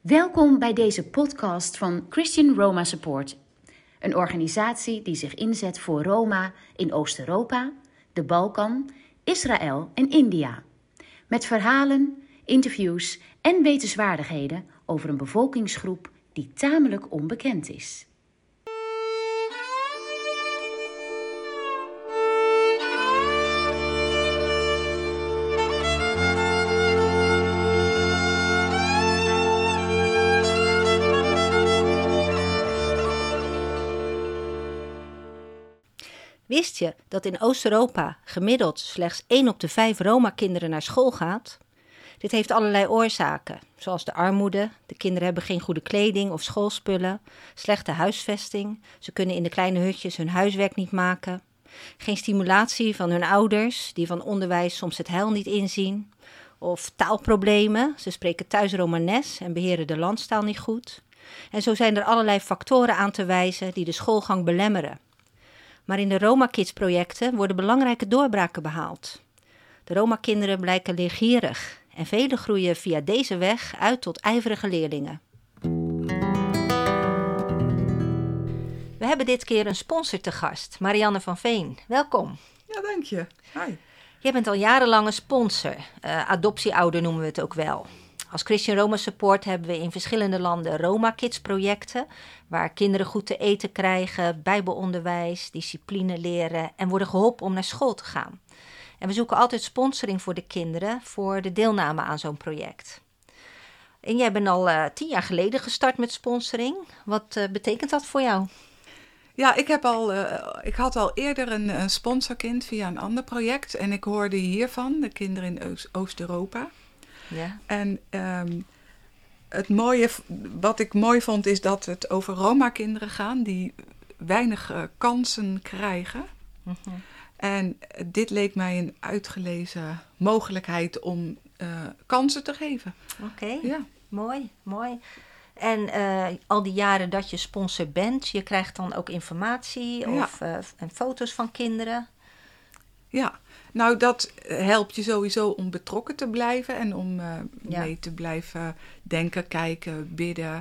Welkom bij deze podcast van Christian Roma Support. Een organisatie die zich inzet voor Roma in Oost-Europa, de Balkan, Israël en India. Met verhalen, interviews en wetenswaardigheden over een bevolkingsgroep die tamelijk onbekend is. Wist je dat in Oost-Europa gemiddeld slechts 1 op de 5 Roma-kinderen naar school gaat? Dit heeft allerlei oorzaken, zoals de armoede, de kinderen hebben geen goede kleding of schoolspullen, slechte huisvesting, ze kunnen in de kleine hutjes hun huiswerk niet maken, geen stimulatie van hun ouders, die van onderwijs soms het heil niet inzien, of taalproblemen, ze spreken thuis Romanes en beheren de landstaal niet goed. En zo zijn er allerlei factoren aan te wijzen die de schoolgang belemmeren. Maar in de Roma Kids projecten worden belangrijke doorbraken behaald. De Roma-kinderen blijken leergierig en velen groeien via deze weg uit tot ijverige leerlingen. We hebben dit keer een sponsor te gast, Marianne van Veen. Welkom. Ja, dank je. Hi. Jij bent al jarenlang een sponsor. Adoptieouder noemen we het ook wel. Als Christian Roma Support hebben we in verschillende landen Roma Kids projecten, waar kinderen goed te eten krijgen, bijbelonderwijs, discipline leren en worden geholpen om naar school te gaan. En we zoeken altijd sponsoring voor de kinderen voor de deelname aan zo'n project. En jij bent al 10 jaar geleden gestart met sponsoring. Wat betekent dat voor jou? Ja, ik had al eerder een sponsorkind via een ander project en ik hoorde hiervan, de kinderen in Oost-Europa. Ja. En het mooie, wat ik mooi vond, is dat het over Roma-kinderen gaan die weinig kansen krijgen. Mm-hmm. En dit leek mij een uitgelezen mogelijkheid om kansen te geven. Oké, Ja. mooi. En al die jaren dat je sponsor bent, je krijgt dan ook informatie en foto's van kinderen. Ja, nou dat helpt je sowieso om betrokken te blijven en om mee te blijven denken, kijken, bidden,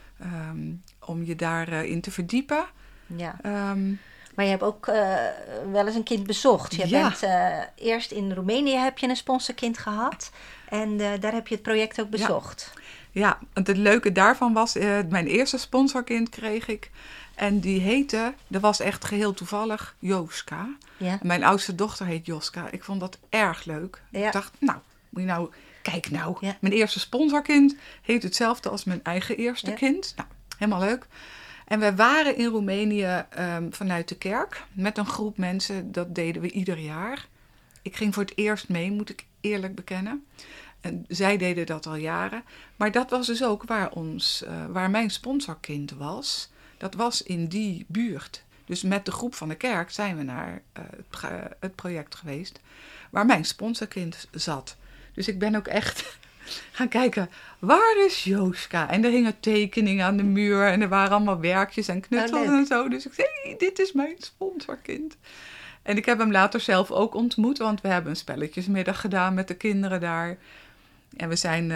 om je daarin te verdiepen. Ja. Maar je hebt ook wel eens een kind bezocht. Je bent eerst in Roemenië heb je een sponsorkind gehad en daar heb je het project ook bezocht. Ja, want het leuke daarvan was, mijn eerste sponsorkind kreeg ik. En die heette, dat was echt geheel toevallig, Joska. Ja. En mijn oudste dochter heet Joska. Ik vond dat erg leuk. Ja. Ik dacht, kijk nou. Ja. Mijn eerste sponsorkind heet hetzelfde als mijn eigen eerste kind. Nou, helemaal leuk. En wij waren in Roemenië vanuit de kerk met een groep mensen. Dat deden we ieder jaar. Ik ging voor het eerst mee, moet ik eerlijk bekennen. En zij deden dat al jaren. Maar dat was dus ook waar mijn sponsorkind was. Dat was in die buurt. Dus met de groep van de kerk zijn we naar het project geweest waar mijn sponsorkind zat. Dus ik ben ook echt gaan kijken, waar is Joska? En er hingen tekeningen aan de muur en er waren allemaal werkjes en knutsels en zo. Dus ik zei, hey, dit is mijn sponsorkind. En ik heb hem later zelf ook ontmoet, want we hebben een spelletjesmiddag gedaan met de kinderen daar. En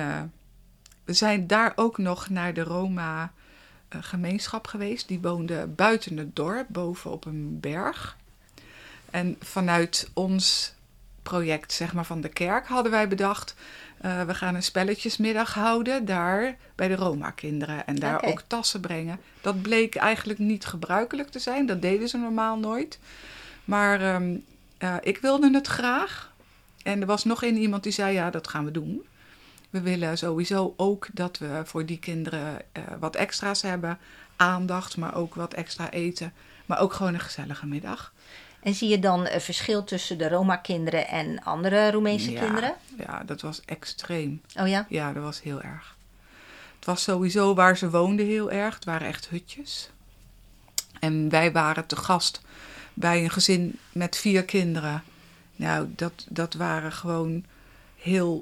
we zijn daar ook nog naar de Roma gemeenschap geweest. Die woonde buiten het dorp, boven op een berg. En vanuit ons project, zeg maar van de kerk, hadden wij bedacht, we gaan een spelletjesmiddag houden daar bij de Roma-kinderen. En daar ook tassen brengen. Dat bleek eigenlijk niet gebruikelijk te zijn. Dat deden ze normaal nooit. Maar ik wilde het graag. En er was nog iemand die zei, ja, dat gaan we doen. We willen sowieso ook dat we voor die kinderen wat extra's hebben. Aandacht, maar ook wat extra eten. Maar ook gewoon een gezellige middag. En zie je dan een verschil tussen de Roma-kinderen en andere Roemeense kinderen? Ja, dat was extreem. Oh ja? Ja, dat was heel erg. Het was sowieso waar ze woonden heel erg. Het waren echt hutjes. En wij waren te gast bij een gezin met 4 kinderen. Nou, dat waren gewoon heel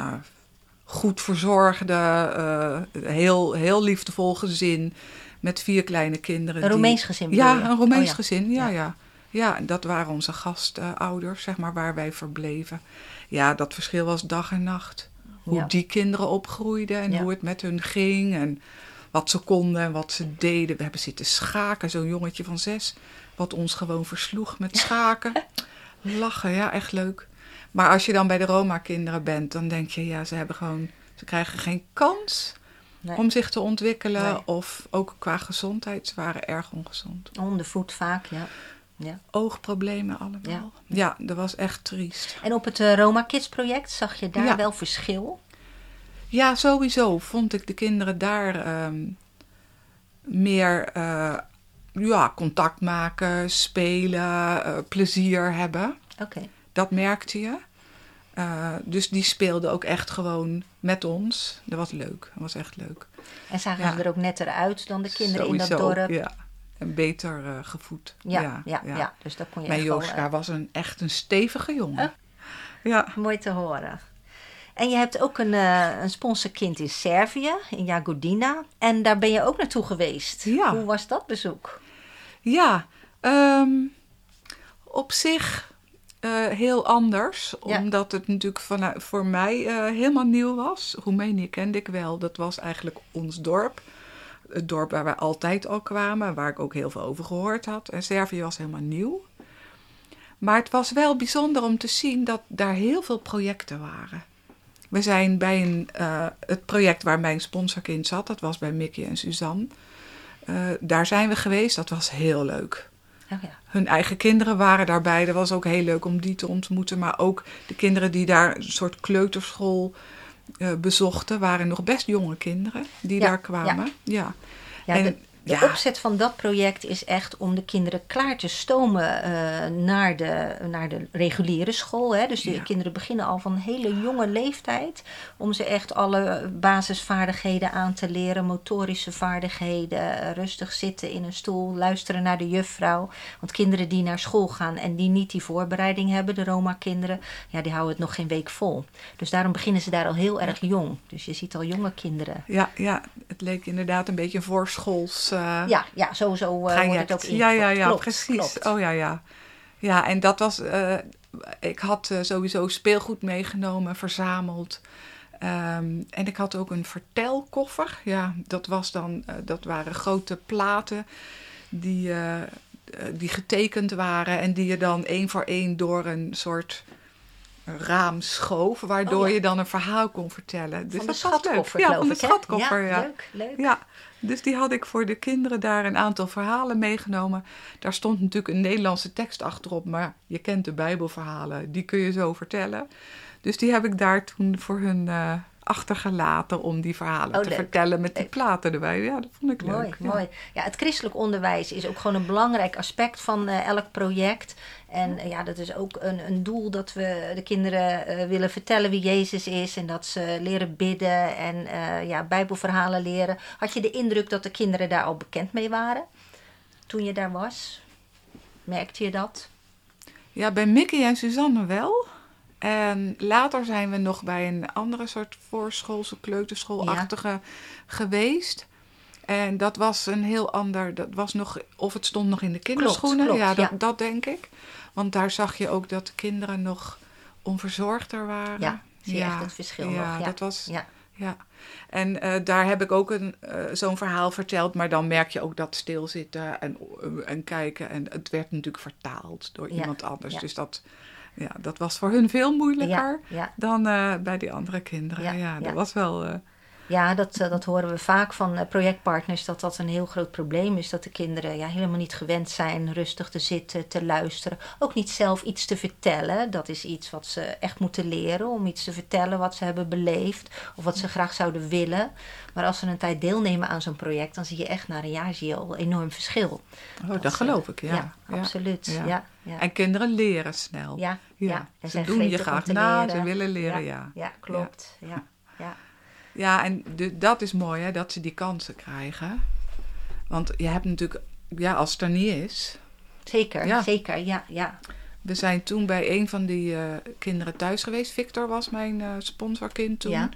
goed verzorgde, heel liefdevol gezin met 4 kleine kinderen. Een Roemeens gezin? Ja, een Roemeens gezin, ja. Ja, dat waren onze gastouders, zeg maar, waar wij verbleven. Ja, dat verschil was dag en nacht. hoe die kinderen opgroeiden en hoe het met hun ging en wat ze konden en wat ze deden. We hebben zitten schaken, zo'n jongetje van 6, wat ons gewoon versloeg met schaken. Lachen, ja, echt leuk. Maar als je dan bij de Roma-kinderen bent, dan denk je, ja, ze krijgen geen kans om zich te ontwikkelen. Nee. Of ook qua gezondheid, ze waren erg ongezond. Onder voet vaak, ja. Oogproblemen allemaal. Ja, dat was echt triest. En op het Roma Kids project zag je daar wel verschil? Ja, sowieso vond ik de kinderen daar meer contact maken, spelen, plezier hebben. Okay. Dat merkte je. Dus die speelden ook echt gewoon met ons. Dat was leuk. Dat was echt leuk. En zagen ze er ook netter uit dan de kinderen in dat dorp? Ja. En beter gevoed. Ja. Dus dat kon je mijn Joska was echt een stevige jongen. Ja. Mooi te horen. En je hebt ook een sponsorkind in Servië, in Jagodina. En daar ben je ook naartoe geweest. Ja. Hoe was dat bezoek? Ja, op zich heel anders. Omdat het natuurlijk voor mij helemaal nieuw was. Roemenië kende ik wel. Dat was eigenlijk ons dorp. Het dorp waar wij altijd al kwamen. Waar ik ook heel veel over gehoord had. En Servië was helemaal nieuw. Maar het was wel bijzonder om te zien dat daar heel veel projecten waren. We zijn bij het project waar mijn sponsorkind zat. Dat was bij Mickey en Suzanne. Daar zijn we geweest. Dat was heel leuk. Oh ja. Hun eigen kinderen waren daarbij. Dat was ook heel leuk om die te ontmoeten. Maar ook de kinderen die daar een soort kleuterschool bezochten... waren nog best jonge kinderen die daar kwamen. Ja. En de opzet van dat project is echt om de kinderen klaar te stomen naar de reguliere school. Hè? Dus de kinderen beginnen al van een hele jonge leeftijd om ze echt alle basisvaardigheden aan te leren. Motorische vaardigheden, rustig zitten in een stoel, luisteren naar de juffrouw. Want kinderen die naar school gaan en die niet die voorbereiding hebben, de Roma-kinderen, die houden het nog geen week vol. Dus daarom beginnen ze daar al heel erg jong. Dus je ziet al jonge kinderen. Ja, het leek inderdaad een beetje een voorschools... Sowieso wordt het ook ingevuld. Ja, klopt, precies. Klopt. Oh ja. Ja, en dat was... ik had sowieso speelgoed meegenomen, verzameld. En ik had ook een vertelkoffer. Ja, dat waren grote platen die getekend waren... en die je dan 1 voor 1 door een soort... raam schoof, waardoor je dan een verhaal kon vertellen. Dus van de schatkoffer, geloof ik. Van de schatkoffer, ja. Leuk. Ja, dus die had ik voor de kinderen daar een aantal verhalen meegenomen. Daar stond natuurlijk een Nederlandse tekst achterop, maar je kent de Bijbelverhalen, die kun je zo vertellen. Dus die heb ik daar toen voor hun achtergelaten om die verhalen te vertellen met die platen erbij. Ja, dat vond ik leuk. Mooi. Ja, het christelijk onderwijs is ook gewoon een belangrijk aspect van elk project. En dat is ook een doel dat we de kinderen willen vertellen wie Jezus is. En dat ze leren bidden en Bijbelverhalen leren. Had je de indruk dat de kinderen daar al bekend mee waren toen je daar was? Merkte je dat? Ja, bij Mickey en Suzanne wel. En later zijn we nog bij een andere soort voorschoolse, kleuterschoolachtige geweest. En dat was een heel ander... Dat was nog, of het stond nog in de kinderschoenen. Klopt, dat denk ik. Want daar zag je ook dat de kinderen nog onverzorgder waren. Ja, zie je echt het verschil nog. Dat was... Ja. En daar heb ik ook zo'n verhaal verteld. Maar dan merk je ook dat stilzitten en kijken. En het werd natuurlijk vertaald door iemand anders. Ja. Dus dat was voor hun veel moeilijker dan bij die andere kinderen. Dat was wel... Ja, dat horen we vaak van projectpartners, dat een heel groot probleem is. Dat de kinderen helemaal niet gewend zijn rustig te zitten, te luisteren. Ook niet zelf iets te vertellen. Dat is iets wat ze echt moeten leren, om iets te vertellen wat ze hebben beleefd. Of wat ze graag zouden willen. Maar als ze een tijd deelnemen aan zo'n project, dan zie je echt na een jaar al enorm verschil. Dat geloof ik, ja. Absoluut, ja. En kinderen leren snel. Ja. En ze doen je graag na, ze willen leren, Ja, klopt, ja. Ja, en dat is mooi, hè, dat ze die kansen krijgen. Want je hebt natuurlijk, als het er niet is... Zeker, ja. We zijn toen bij een van die kinderen thuis geweest. Victor was mijn sponsorkind toen.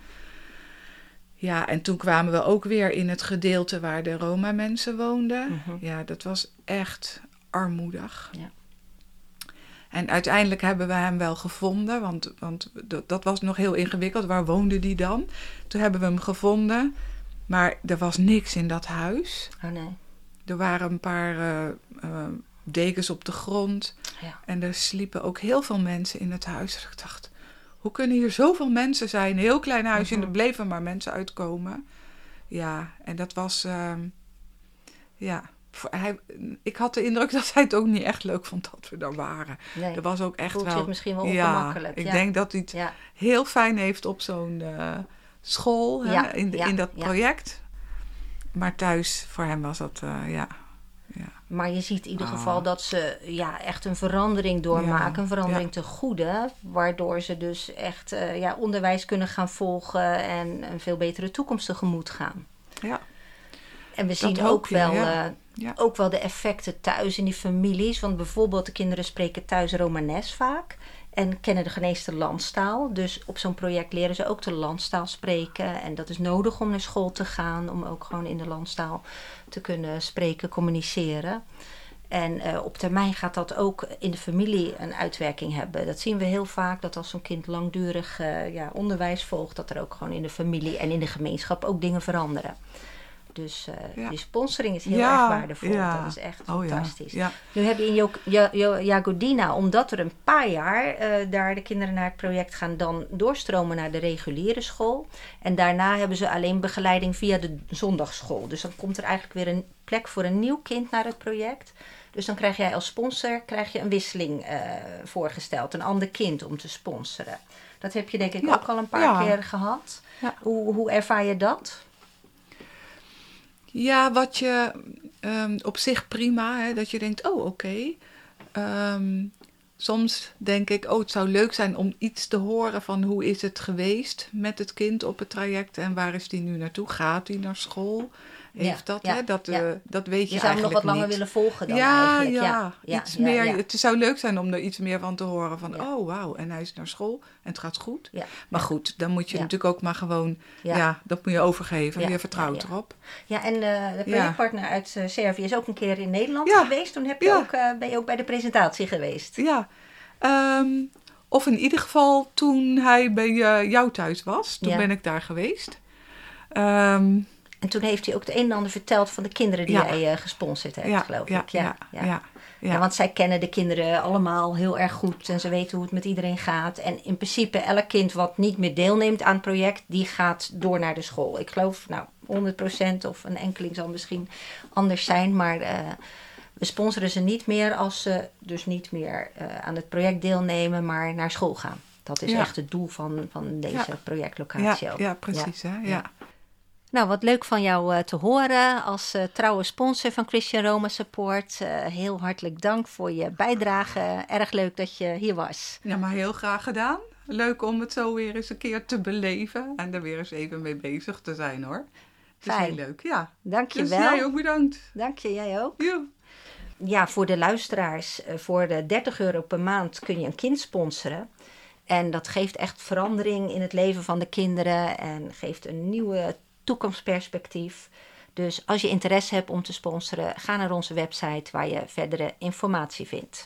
Ja, en toen kwamen we ook weer in het gedeelte waar de Roma-mensen woonden. Mm-hmm. Ja, dat was echt armoedig. Ja. En uiteindelijk hebben we hem wel gevonden, want dat was nog heel ingewikkeld. Waar woonde die dan? Toen hebben we hem gevonden, maar er was niks in dat huis. Oh nee. Er waren een paar dekens op de grond. Ja. En er sliepen ook heel veel mensen in het huis. Dus ik dacht, hoe kunnen hier zoveel mensen zijn? Een heel klein huisje en er bleven maar mensen uitkomen. Ja, en dat was... ik had de indruk dat hij het ook niet echt leuk vond dat we daar waren. Nee. Er was ook echt Voelt wel... zich misschien wel ongemakkelijk. Ik denk dat hij het heel fijn heeft op zo'n school, in dat project. Maar thuis, voor hem was dat, Maar je ziet in ieder geval dat ze echt een verandering doormaken. Een verandering ten goede. Waardoor ze dus echt onderwijs kunnen gaan volgen. En een veel betere toekomst tegemoet gaan. Ja. En we zien ook wel de effecten thuis in die families. Want bijvoorbeeld de kinderen spreken thuis Romanes vaak. En kennen de geen eens de landstaal. Dus op zo'n project leren ze ook de landstaal spreken. En dat is nodig om naar school te gaan. Om ook gewoon in de landstaal te kunnen spreken, communiceren. En op termijn gaat dat ook in de familie een uitwerking hebben. Dat zien we heel vaak, dat als zo'n kind langdurig onderwijs volgt... dat er ook gewoon in de familie en in de gemeenschap ook dingen veranderen. Dus die sponsoring is heel erg waardevol. Ja. Dat is echt fantastisch. Ja. Nu heb je in Jagodina, omdat er een paar jaar daar de kinderen naar het project gaan... dan doorstromen naar de reguliere school. En daarna hebben ze alleen begeleiding via de zondagsschool. Dus dan komt er eigenlijk weer een plek voor een nieuw kind naar het project. Dus dan krijg jij als sponsor een wisseling voorgesteld. Een ander kind om te sponsoren. Dat heb je denk ik ook al een paar keer gehad. Ja. Hoe ervaar je dat? Ja, wat je op zich prima, hè, dat je denkt, oké. Soms denk ik, het zou leuk zijn om iets te horen van hoe is het geweest met het kind op het traject en waar is die nu naartoe? Gaat hij naar school? Heeft dat, hè? Dat weet je eigenlijk niet. Je zou hem nog wat langer willen volgen dan eigenlijk. Iets meer. Het zou leuk zijn om er iets meer van te horen. Van, wauw, en hij is naar school en het gaat goed. Ja. Maar goed, dan moet je natuurlijk ook maar gewoon... dat moet je overgeven. Je vertrouwt erop. Ja, en de projectpartner uit Servië is ook een keer in Nederland geweest. Toen ben je ook bij de presentatie geweest. Ja, of in ieder geval toen hij bij jou thuis was. Toen ben ik daar geweest. En toen heeft hij ook het een en ander verteld van de kinderen die jij gesponsord hebt, geloof ik. Ja, want zij kennen de kinderen allemaal heel erg goed. En ze weten hoe het met iedereen gaat. En in principe elk kind wat niet meer deelneemt aan het project... die gaat door naar de school. Ik geloof 100% of een enkeling zal misschien anders zijn. Maar we sponsoren ze niet meer als ze dus niet meer aan het project deelnemen... maar naar school gaan. Dat is echt het doel van deze projectlocatie ook. Ja, precies. Hè? Ja. Nou, wat leuk van jou te horen als trouwe sponsor van Christian Roma Support. Heel hartelijk dank voor je bijdrage. Erg leuk dat je hier was. Ja, maar heel graag gedaan. Leuk om het zo weer eens een keer te beleven. En er weer eens even mee bezig te zijn, hoor. Het is heel leuk, ja. Dank je wel. Dus jij ook bedankt. Dank je, jij ook. Jo. Ja, voor de luisteraars, voor de €30 per maand kun je een kind sponsoren. En dat geeft echt verandering in het leven van de kinderen en geeft een nieuwe toekomstperspectief. Dus als je interesse hebt om te sponsoren, ga naar onze website waar je verdere informatie vindt.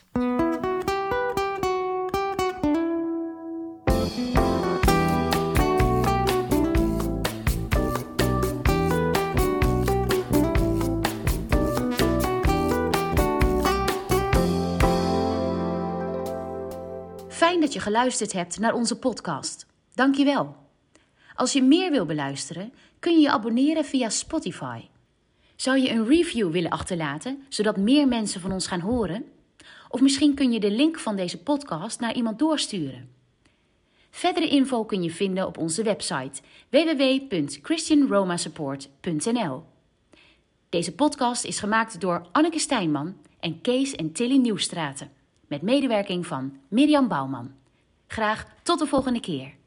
Fijn dat je geluisterd hebt naar onze podcast. Dank je wel. Als je meer wil beluisteren, kun je je abonneren via Spotify. Zou je een review willen achterlaten, zodat meer mensen van ons gaan horen? Of misschien kun je de link van deze podcast naar iemand doorsturen. Verdere info kun je vinden op onze website www.christianromasupport.nl. Deze podcast is gemaakt door Anneke Stijnman en Kees en Tilly Nieuwstraten, met medewerking van Mirjam Bouwman. Graag tot de volgende keer.